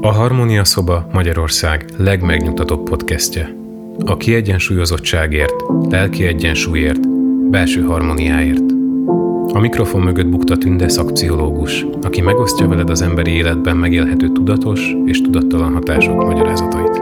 A Harmónia Szoba Magyarország legmegnyugtatóbb podcastje. A kiegyensúlyozottságért, lelki egyensúlyért, belső harmóniáért. A mikrofon mögött bukta Tünde szakpszichológus, aki megosztja veled az emberi életben megélhető tudatos és tudattalan hatások magyarázatait.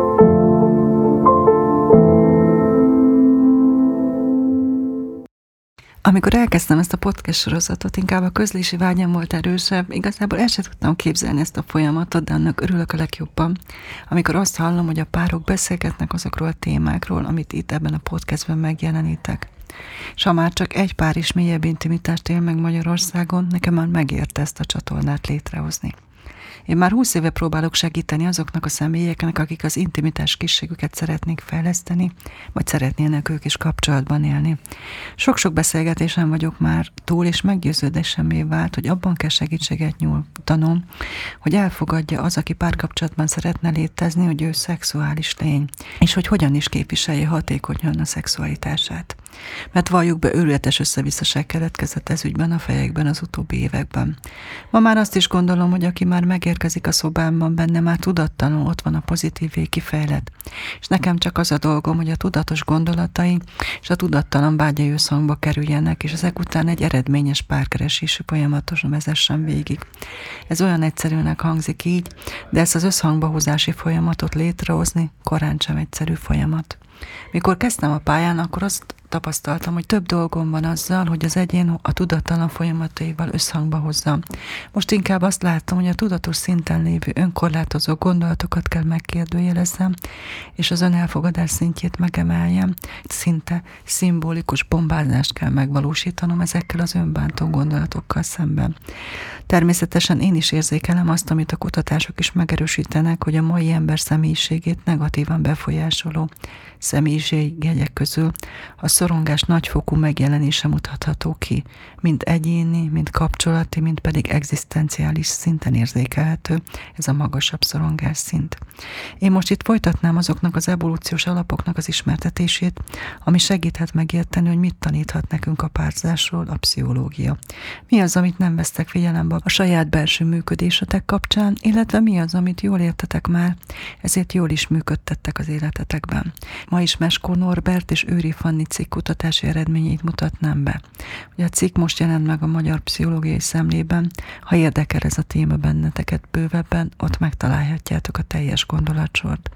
Amikor elkezdtem ezt a podcast sorozatot, inkább a közlési vágyam volt erősebb, igazából el sem tudtam képzelni ezt a folyamatot, de annak örülök a legjobban, amikor azt hallom, hogy a párok beszélgetnek azokról a témákról, amit itt ebben a podcastben megjelenítek. És ha már csak egy pár is mélyebb intimitást él meg Magyarországon, nekem már megérte ezt a csatornát létrehozni. Én már 20 éve próbálok segíteni azoknak a személyeknek, akik az intimitás készségüket szeretnék fejleszteni, vagy szeretnének ők is kapcsolatban élni. Sok-sok beszélgetésen vagyok már túl, és meggyőződésemmé vált, hogy abban kell segítséget nyújtanom, hogy elfogadja az, aki párkapcsolatban szeretne létezni, hogy ő szexuális lény, és hogy hogyan is képviselje hatékonyan a szexualitását. Mert valljuk be, őrületes összevisszaság keletkezett ez ügyben a fejekben az utóbbi években. Ma már azt is gondolom, hogy aki már megérkezik a szobámban, benne már tudattalanul ott van a pozitív kifejlet. És nekem csak az a dolgom, hogy a tudatos gondolatai és a tudattalan vágyai összhangba kerüljenek, és ezek után egy eredményes párkeresésű folyamatosan vezessen végig. Ez olyan egyszerűnek hangzik így, de ezt az összhangba hozási folyamatot létrehozni korán sem egyszerű folyamat. Mikor kezdtem a pályán, akkor azt tapasztaltam, hogy több dolgom van azzal, hogy az egyén a tudattalan folyamataival összhangba hozza. Most inkább azt látom, hogy a tudatos szinten lévő önkorlátozó gondolatokat kell megkérdőjelezzem, és az önelfogadás szintjét megemeljem, szinte szimbolikus bombázást kell megvalósítanom ezekkel az önbántó gondolatokkal szemben. Természetesen én is érzékelem azt, amit a kutatások is megerősítenek, hogy a mai ember személyiségét negatívan befolyásoló személyiségjegyek közül a szorongás nagyfokú megjelenése mutatható ki, mind egyéni, mind kapcsolati, mind pedig egzisztenciális szinten érzékelhető ez a magasabb szorongás szint. Én most itt folytatnám azoknak az evolúciós alapoknak az ismertetését, ami segíthet megérteni, hogy mit taníthat nekünk a párzásról a pszichológia. Mi az, amit nem vesztek figyelembe a saját belső működésetek kapcsán, illetve mi az, amit jól értetek már, ezért jól is működtettek az életetekben. Ma is Meskó Norbert és Őri Fanni cikk kutatási eredményeit mutatnám be. Ugye a cikk most jelent meg a Magyar Pszichológiai Szemlében, ha érdekel ez a téma benneteket bővebben, ott megtalálhatjátok a teljes gondolatsort.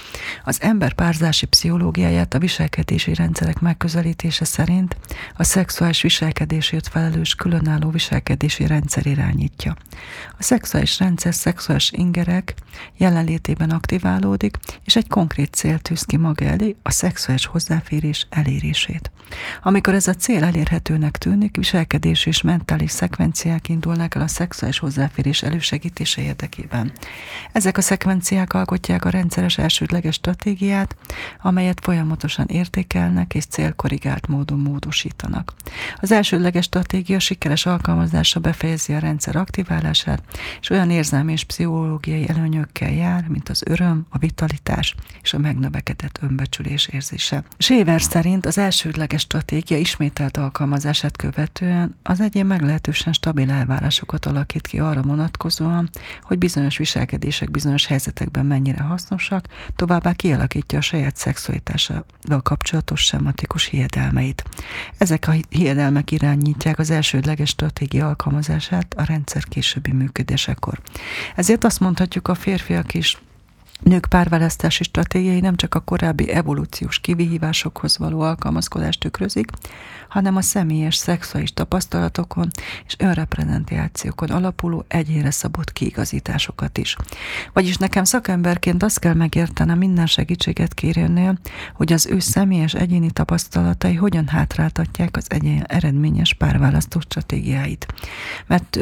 Az ember párzási pszichológiáját a viselkedési rendszerek megközelítése szerint a szexuális viselkedésért felelős különálló viselkedési rendszer irányítja. A szexuális rendszer szexuális ingerek jelenlétében aktiválódik, és egy konkrét cél tűz ki maga elé, a szexuális hozzáférés elérését. Amikor ez a cél elérhetőnek tűnik, viselkedési és mentális szekvenciák indulnak el a szexuális hozzáférés elősegítése érdekében. Ezek a szekvenciák alkotják a rendszeres elsődleges stratégiát, amelyet folyamatosan értékelnek és célkorrigált módon módosítanak. Az elsődleges stratégia sikeres alkalmazása befejezi a rendszer aktiválását, és olyan érzelmi és pszichológiai előnyökkel jár, mint az öröm, a vitalitás és a megnövekedett önbecsülés érzése. Séver szerint az elsődleges stratégia ismételt alkalmazását követően az egyén meglehetősen stabil elvárásokat alakít ki arra vonatkozóan, hogy bizonyos viselkedések bizonyos helyzetekben mennyire hasznosak, továbbá kialakítja a saját szexualitásával kapcsolatos sematikus hiedelmeit. Ezek a hiedelmek irányítják az elsődleges stratégia alkalmazását a rendszer későbbi működésekor. Ezért azt mondhatjuk, a férfiak is nők párválasztási stratégiái nem csak a korábbi evolúciós kihívásokhoz való alkalmazkodást tükrözik, hanem a személyes szexuális tapasztalatokon és önreprezentációkon alapuló egyénre szabott kiigazításokat is. Vagyis nekem szakemberként azt kell megértenem minden segítséget kérőnél, hogy az ő személyes egyéni tapasztalatai hogyan hátráltatják az egyén eredményes párválasztó stratégiáit. Mert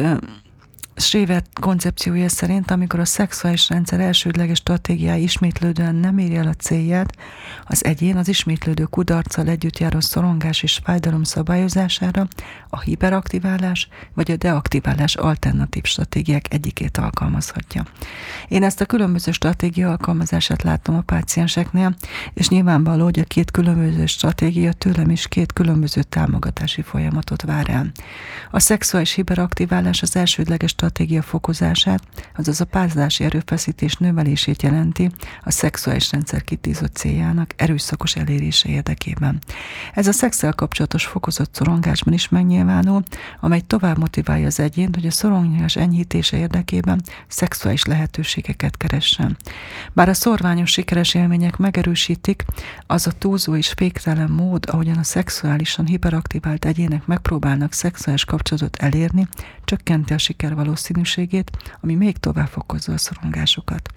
Séver koncepciója szerint, amikor a szexuális rendszer elsődleges stratégiái ismétlődően nem érje el a célját, az egyén az ismétlődő kudarccal együtt járó szorongás és fájdalom szabályozására a hiperaktiválás vagy a deaktiválás alternatív stratégiák egyikét alkalmazhatja. Én ezt a különböző stratégia alkalmazását látom a pácienseknél, és nyilvánvaló, hogy a két különböző stratégia tőlem is két különböző támogatási folyamatot vár el. A szexuális hiperaktiválás az elsődleges stratégia stratégia fokozását, azaz a párzási erőfeszítés növelését jelenti a szexuális rendszer kitűzött céljának erőszakos elérése érdekében. Ez a szexszel kapcsolatos fokozott szorongásban is megnyilvánul, amely tovább motiválja az egyént, hogy a szorongás enyhítése érdekében szexuális lehetőségeket keressen. Bár a szorványos sikeres élmények megerősítik, az a túlzó és féktelen mód, ahogyan a szexuálisan hiperaktivált egyének megpróbálnak szexuális kapcsolatot elérni, csökkenti a siker valószínűségét, ami még tovább fokozza a szorongásokat.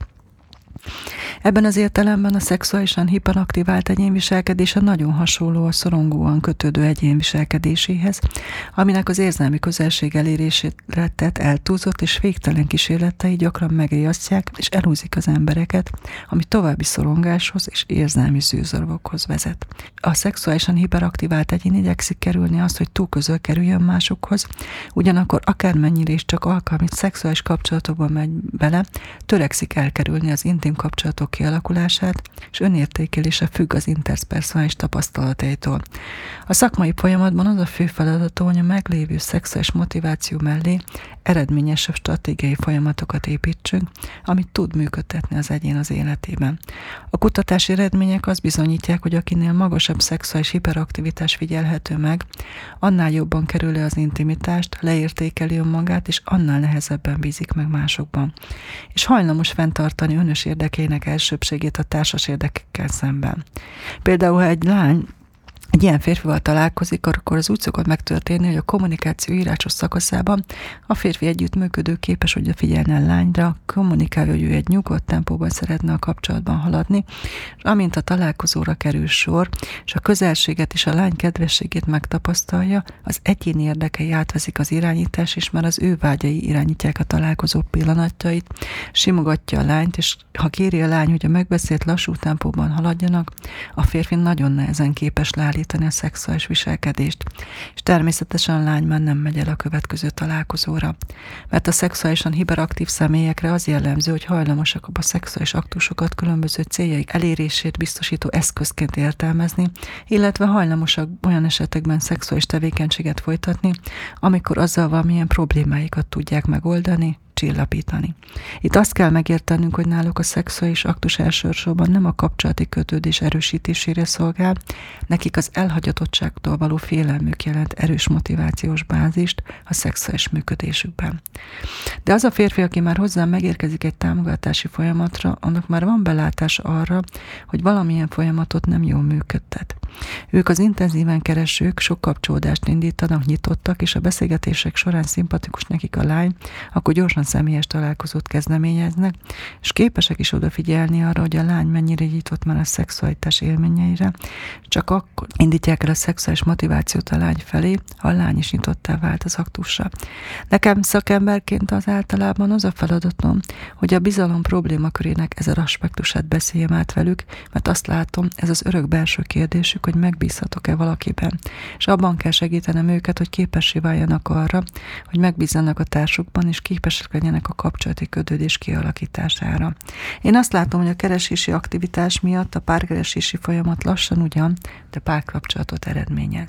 Ebben az értelemben a szexuálisan hiperaktivált egyén viselkedése nagyon hasonló a szorongóan kötődő egyén viselkedéséhez, aminek az érzelmi közelség elérésére tett eltúlzott és végtelen kísérletei gyakran megriasztják és elhúzik az embereket, ami további szorongáshoz és érzelmi zűrzavarokhoz vezet. A szexuálisan hiperaktivált egyén igyekszik kerülni azt, hogy túl közel kerüljön másokhoz, ugyanakkor akármennyire is csak alkalmi szexuális kapcsolatokban megy bele, törekszik elkerülni az intim kapcsolatok kialakulását, és önértékelése függ az interpersonális tapasztalataitól. A szakmai folyamatban az a fő feladata, hogy a meglévő szexuális motiváció mellé eredményesebb stratégiai folyamatokat építsünk, amit tud működtetni az egyén az életében. A kutatási eredmények azt bizonyítják, hogy akinél magasabb szexuális hiperaktivitás figyelhető meg, annál jobban kerül le az intimitást, leértékeli önmagát, és annál nehezebben bízik meg másokban. És hajlamos fenntartani önös érdekének elsőbbségét a társas érdekekkel szemben. Például, ha egy lány egy ilyen férfival találkozik, akkor az úgy szokott megtörténni, hogy a kommunikáció írásos szakaszában a férfi együttműködő képes odafigyelni a lányra, kommunikálja, hogy ő egy nyugodt tempóban szeretne a kapcsolatban haladni, és amint a találkozóra kerül sor, és a közelséget és a lány kedvességét megtapasztalja, az egyéni érdekei átveszik az irányítás, és már az ő vágyai irányítják a találkozó pillanatait, simogatja a lányt, és ha kéri a lány, hogy a megbeszélt lassú tempóban haladjanak, a férfi nagyon nehezen képes leállítani a szexuális viselkedést, és természetesen a lány már nem megy el a következő találkozóra. Mert a szexuálisan hiperaktív személyekre az jellemző, hogy hajlamosak a szexuális aktusokat különböző céljaik elérését biztosító eszközként értelmezni, illetve hajlamosak olyan esetekben szexuális tevékenységet folytatni, amikor azzal valamilyen problémáikat tudják megoldani, csillapítani. Itt azt kell megértenünk, hogy náluk a szexuális aktus elsősorban nem a kapcsolati kötődés erősítésére szolgál, nekik az elhagyatottságtól való félelmük jelent erős motivációs bázist a szexuális működésükben. De az a férfi, aki már hozzám megérkezik egy támogatási folyamatra, annak már van belátása arra, hogy valamilyen folyamatot nem jól működtet. Ők az intenzíven keresők sok kapcsolódást indítanak, nyitottak, és a beszélgetések során szimpatikus nekik a lány, akkor gyorsan személyes találkozót kezdeményeznek, és képesek is odafigyelni arra, hogy a lány mennyire nyitott már a szexualitás élményeire, csak akkor indítják el a szexuális motivációt a lány felé, ha a lány is nyitottá vált az aktusra. Nekem szakemberként az általában az a feladatom, hogy a bizalom problémakörének ezer aspektusát beszéljem át velük, mert azt látom, ez az örök belső kérdésük, hogy megbízhatok-e valakiben, és abban kell segítenem őket, hogy képessé váljanak arra, hogy megbízzanak a társukban, és képesek legyenek a kapcsolati kötődés kialakítására. Én azt látom, hogy a keresési aktivitás miatt a párkeresési folyamat lassan ugyan, de párkapcsolatot eredményez.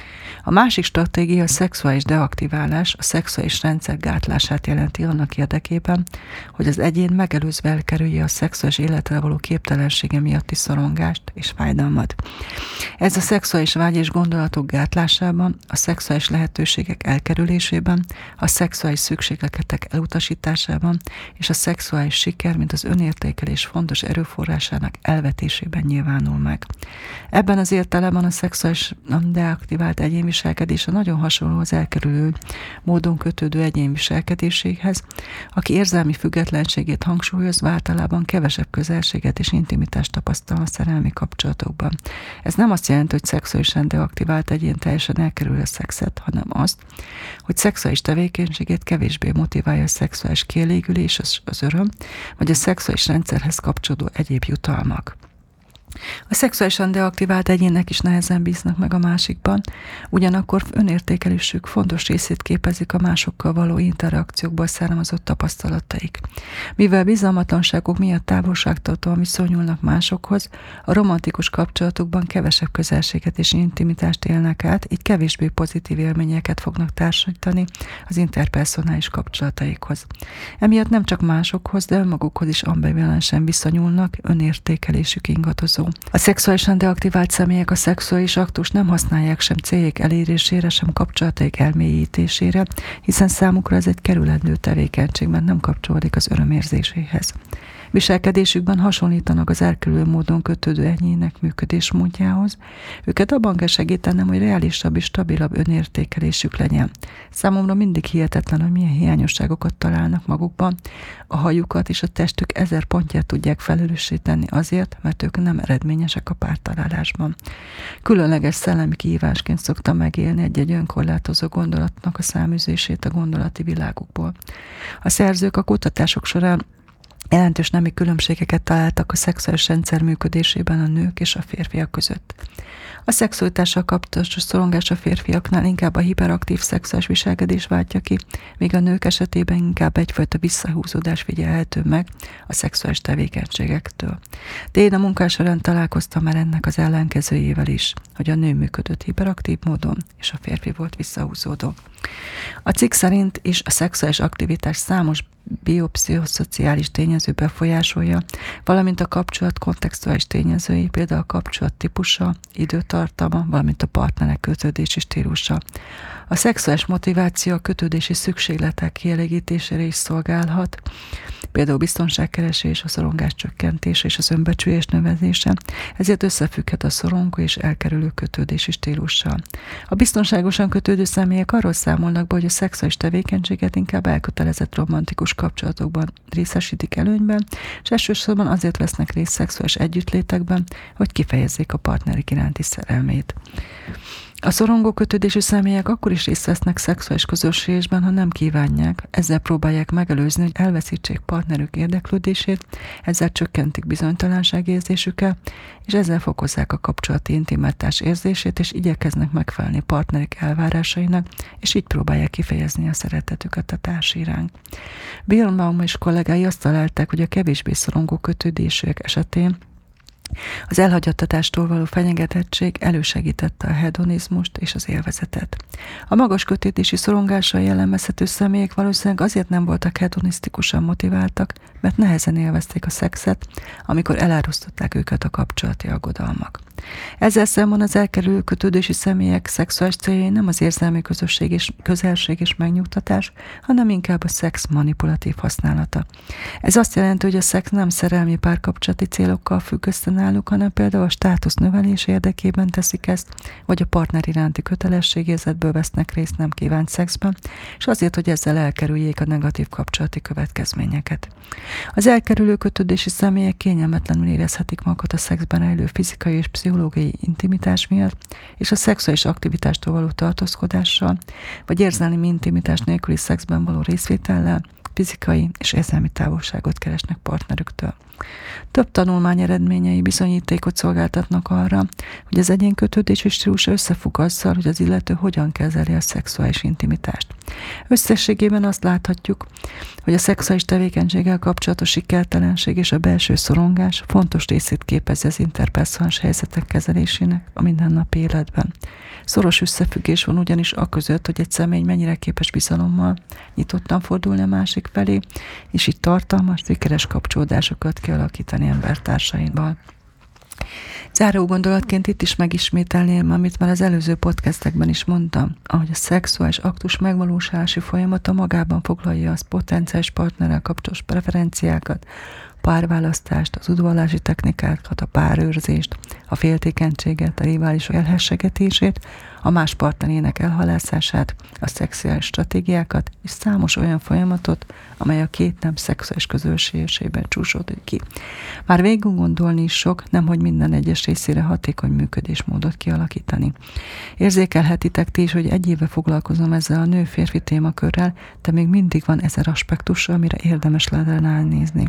A másik stratégia a szexuális deaktiválás, a szexuális rendszer gátlását jelenti annak érdekében, hogy az egyén megelőzve elkerülje a szexuális életre való képtelensége miatti szorongást és fájdalmat. Ez a szexuális vágy és gondolatok gátlásában, a szexuális lehetőségek elkerülésében, a szexuális szükségletek elutasításában és a szexuális siker, mint az önértékelés fontos erőforrásának elvetésében nyilvánul meg. Ebben az értelemben a szexuális deaktivált egyén viselkedése nagyon hasonló az elkerülő módon kötődő egyén viselkedéséhez, aki érzelmi függetlenségét hangsúlyozva általában kevesebb közelséget és intimitást tapasztal a szerelmi kapcsolatokban. Ez nem azt jelenti, hogy szexuálisan deaktivált egyén teljesen elkerül a szexet, hanem azt, hogy szexuális tevékenységét kevésbé motiválja a szexuális kielégülés, az öröm, vagy a szexuális rendszerhez kapcsolódó egyéb jutalmak. A szexuálisan deaktivált egyének is nehezen bíznak meg a másikban, ugyanakkor önértékelésük fontos részét képezik a másokkal való interakciókból származott tapasztalataik. Mivel bizalmatlanságok miatt távolságtartóan viszonyulnak másokhoz, a romantikus kapcsolatokban kevesebb közelséget és intimitást élnek át, így kevésbé pozitív élményeket fognak társítani az interpersonális kapcsolataikhoz. Emiatt nem csak másokhoz, de önmagukhoz is ambivalensen viszonyulnak, önértékelésük ingadozó. A szexuálisan deaktivált személyek a szexuális aktust nem használják sem céljaik elérésére, sem kapcsolataik elmélyítésére, hiszen számukra ez egy kerülendő tevékenység, mert nem kapcsolódik az örömérzéséhez. Viselkedésükben hasonlítanak az elkerülő módon kötődő egyének működésmódjához. Őket abban kell segítenem, hogy reálisabb és stabilabb önértékelésük legyen. Számomra mindig hihetetlen, hogy milyen hiányosságokat találnak magukban, a hajukat és a testük 1000 pontját tudják felelőssé tenni azért, mert ők nem eredményesek a pártalálásban. Különleges szellemi kihívásként szoktam megélni egy önkorlátozó gondolatnak a száműzését a gondolati világukból. A szerzők a kutatások során jelentős nemi különbségeket találtak a szexuális rendszer működésében a nők és a férfiak között. A szexualitással kapcsolatos szorongás a férfiaknál inkább a hiperaktív szexuális viselkedés váltja ki, míg a nők esetében inkább egyfajta visszahúzódás figyelhető meg a szexuális tevékenységektől. De én a munkás során találkoztam már ennek az ellenkezőjével is, hogy a nő működött hiperaktív módon, és a férfi volt visszahúzódó. A cikk szerint is a szexuális aktivitás számos biopszichoszociális tényező befolyásolja, valamint a kapcsolat kontextuális tényezői, például a kapcsolat típusa, időtartama, valamint a partnerek kötődési stílusa. A szexuális motiváció a kötődési szükségletek kielégítésére is szolgálhat, például biztonságkeresés, a szorongás csökkentése és az önbecsülés növelése, ezért összefügghet a szorongó és elkerülő kötődési stílussal. A biztonságosan kötődő személyek arról számolnak be, hogy a szexuális tevékenységet inkább elkötelezett romantikus kapcsolatokban részesítik előnyben, és elsősorban azért vesznek részt szexuális együttlétekben, hogy kifejezzék a partnerik iránti szerelmét. A szorongó kötődésű személyek akkor is részt vesznek szexuális közösségben, ha nem kívánják, ezzel próbálják megelőzni, hogy elveszítsék partnerük érdeklődését, ezzel csökkentik bizonytalanságérzésükkel, és ezzel fokozzák a kapcsolati intimitás érzését, és igyekeznek megfelelni partnerek elvárásainak, és így próbálják kifejezni a szeretetüket a társ iránt. Birnbaum és kollégái azt találták, hogy a kevésbé szorongó kötődésűek esetén az elhagyattatástól való fenyegetettség elősegítette a hedonizmust és az élvezetet. A magas kötődési szorongással jellemezhető személyek valószínűleg azért nem voltak hedonisztikusan motiváltak, mert nehezen élvezték a szexet, amikor elárasztották őket a kapcsolati aggodalmak. Ezzel szemben az elkerülő kötődési személyek szexuális céljai nem az érzelmi közelség és megnyugtatás, hanem inkább a szex manipulatív használata. Ez azt jelenti, hogy a szex nem szerelmi párkapcsolati célokkal függ össze náluk, hanem például a státusz növelés érdekében teszik ezt, vagy a partner iránti kötelességérzetből vesznek részt nem kívánt szexben, és azért, hogy ezzel elkerüljék a negatív kapcsolati következményeket. Az elkerülő kötődési személyek kényelmetlenül érezhetik magukat a szexben rejlő fizikai és pszichológiai intimitás miatt, és a szexuális aktivitástól való tartózkodással, vagy érzelmi intimitás nélküli szexben való részvétellel fizikai és érzelmi távolságot keresnek partnerüktől. Több tanulmány eredményei bizonyítékot szolgáltatnak arra, hogy az egyén kötődési stílusa összefügg azzal, hogy az illető hogyan kezeli a szexuális intimitást. Összességében azt láthatjuk, hogy a szexuális tevékenységgel kapcsolatos sikertelenség és a belső szorongás fontos részét képezi az interpersonális helyzetek kezelésének a mindennapi életben. Szoros összefüggés van ugyanis aközött, hogy egy személy mennyire képes bizalommal nyitottan fordulni a másik felé, és így tartalmas, sikeres kapcsolódásokat kialakítani embertársaival. Záró gondolatként itt is megismételném, amit már az előző podcastekben is mondtam, ahogy a szexuális aktus megvalósulási folyamata magában foglalja az potenciális partnerrel kapcsolatos preferenciákat, párválasztást, az udvarlási technikákat, a párőrzést, a féltékenységet, a riválisok elhessegetését, a más partnerének elhalászását, a szexuális stratégiákat és számos olyan folyamatot, amely a két nem szexuális közösségében csúsódik ki. Már végig gondolni is sok, nemhogy minden egyes részére hatékony működésmódot kialakítani. Érzékelhetitek ti is, hogy egy éve foglalkozom ezzel a nő-férfi témakörrel, de még mindig van 1000 aspektus, amire érdemes lenne ránézni.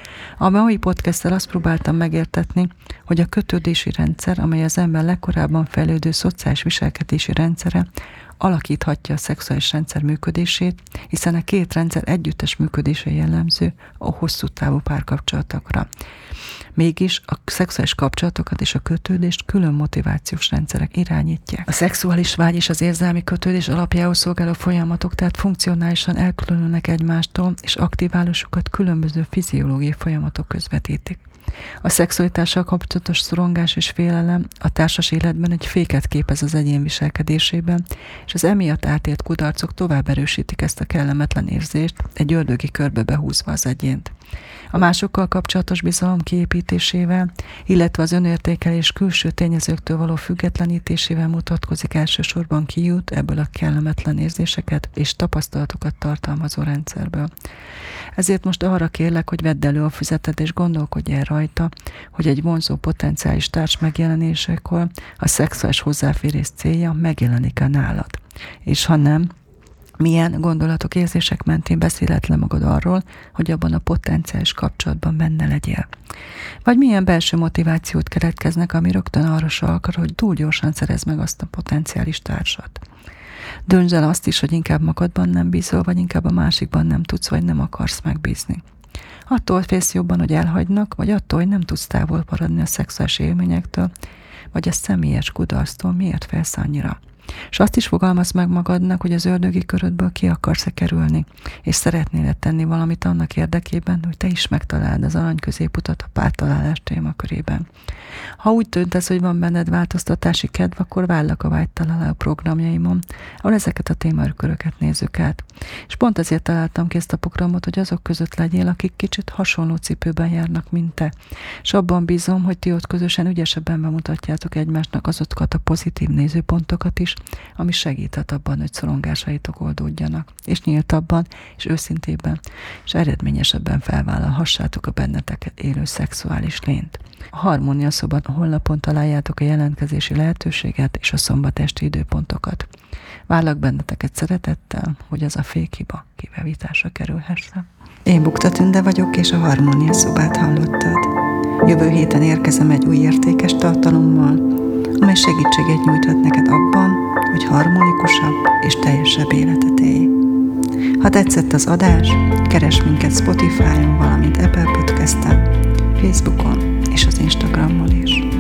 A mai podcasttel azt próbáltam megértetni, hogy a kötődési rendszer, amely az ember legkorábban fejlődő szociális viselkedési rendszere, alakíthatja a szexuális rendszer működését, hiszen a két rendszer együttes működése jellemző a hosszú távú párkapcsolatokra. Mégis a szexuális kapcsolatokat és a kötődést külön motivációs rendszerek irányítják. A szexuális vágy és az érzelmi kötődés alapjául szolgáló folyamatok tehát funkcionálisan elkülönülnek egymástól, és aktiválásukat különböző fiziológiai folyamatok közvetítik. A szexualitással kapcsolatos szorongás és félelem a társas életben egy féket képez az egyén viselkedésében, és az emiatt átélt kudarcok tovább erősítik ezt a kellemetlen érzést, egy ördögi körbe behúzva az egyént. A másokkal kapcsolatos bizalom kiépítésével, illetve az önértékelés külső tényezőktől való függetlenítésével mutatkozik elsősorban kijut ebből a kellemetlen érzéseket és tapasztalatokat tartalmazó rendszerből. Ezért most arra kérlek, hogy vedd elő a füzetet és gondolkodj el rajta, hogy egy vonzó potenciális társ megjelenésekor a szexuális hozzáférés célja megjelenik-e nálad. És ha nem, milyen gondolatok, érzések mentén beszélhet le magad arról, hogy abban a potenciális kapcsolatban benne legyél. Vagy milyen belső motivációt keletkeznek, ami rögtön arra sarkal, hogy túl gyorsan szerezd meg azt a potenciális társat. Döntsd el azt is, hogy inkább magadban nem bízol, vagy inkább a másikban nem tudsz, vagy nem akarsz megbízni. Attól félsz jobban, hogy elhagynak, vagy attól, hogy nem tudsz távol maradni a szexuális élményektől, vagy a személyes kudarctól, miért félsz annyira. És azt is fogalmazd meg magadnak, hogy az ördögi körödből ki akarsz-e kerülni, és szeretnél tenni valamit annak érdekében, hogy te is megtaláld az arany középutat a pártalálás témakörében. Ha úgy döntesz, hogy van benned változtatási kedv, akkor vállak a vágytaláló programjaimon, ahol ezeket a témaköröket nézzük át. És pont ezért találtam ki ezt a programot, hogy azok között legyél, akik kicsit hasonló cipőben járnak, mint te. És abban bízom, hogy ti ott közösen ügyesebben bemutatjátok egymásnak azokat a pozitív nézőpontokat is, ami segíthet abban, hogy szorongásaitok oldódjanak, és nyíltabban, és őszintébben, és eredményesebben felvállalhassátok a benneteket élő szexuális lényt. A Harmónia Szoba honlapon találjátok a jelentkezési lehetőséget és a szombat esti időpontokat. Várlak benneteket szeretettel, hogy az a fékhiba kivevításra kerülhessen. Én Bukta Tünde vagyok, és a Harmónia Szobát hallottad. Jövő héten érkezem egy új értékes tartalommal, amely segítséget nyújthat neked abban, hogy harmonikusabb és teljesebb életet élj. Ha tetszett az adás, keresd minket Spotify-on, valamint Apple Podcast-en, Facebookon és az Instagramon is.